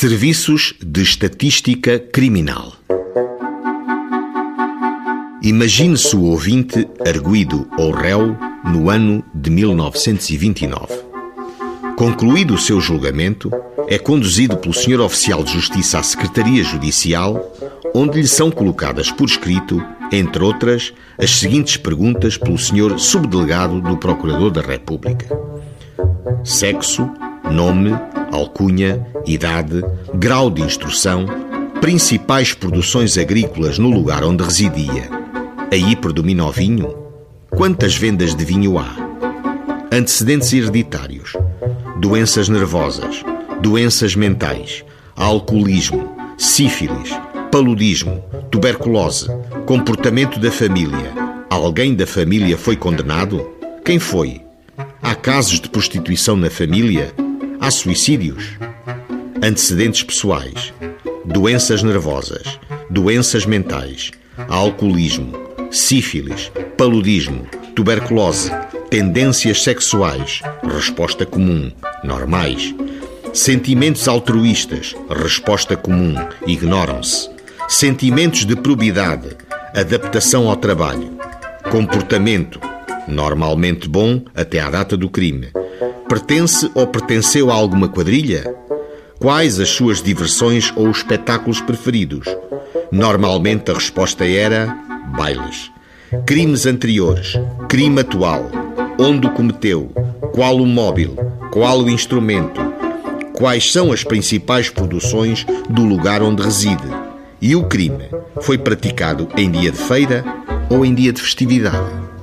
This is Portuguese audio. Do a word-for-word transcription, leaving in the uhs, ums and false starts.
Serviços de Estatística Criminal. Imagine-se o ouvinte arguido ou réu no ano de mil novecentos e vinte e nove. Concluído o seu julgamento, é conduzido pelo senhor Oficial de Justiça à Secretaria Judicial, onde lhe são colocadas por escrito, entre outras, as seguintes perguntas pelo senhor Subdelegado do Procurador da República: sexo, nome, alcunha, idade, grau de instrução, principais produções agrícolas no lugar onde residia. Aí predomina o vinho? Quantas vendas de vinho há? Antecedentes hereditários, doenças nervosas, doenças mentais, alcoolismo, sífilis, paludismo, tuberculose, comportamento da família. Alguém da família foi condenado? Quem foi? Há casos de prostituição na família? Há suicídios? Antecedentes pessoais, doenças nervosas, doenças mentais, alcoolismo, sífilis, paludismo, tuberculose, tendências sexuais, resposta comum, normais. Sentimentos altruístas, resposta comum, ignoram-se. Sentimentos de probidade, adaptação ao trabalho. Comportamento, normalmente bom até à data do crime. Pertence ou pertenceu a alguma quadrilha? Quais as suas diversões ou espetáculos preferidos? Normalmente a resposta era bailes. Crimes anteriores, crime atual, onde o cometeu, qual o móvel, qual o instrumento, quais são as principais produções do lugar onde reside. E o crime foi praticado em dia de feira ou em dia de festividade?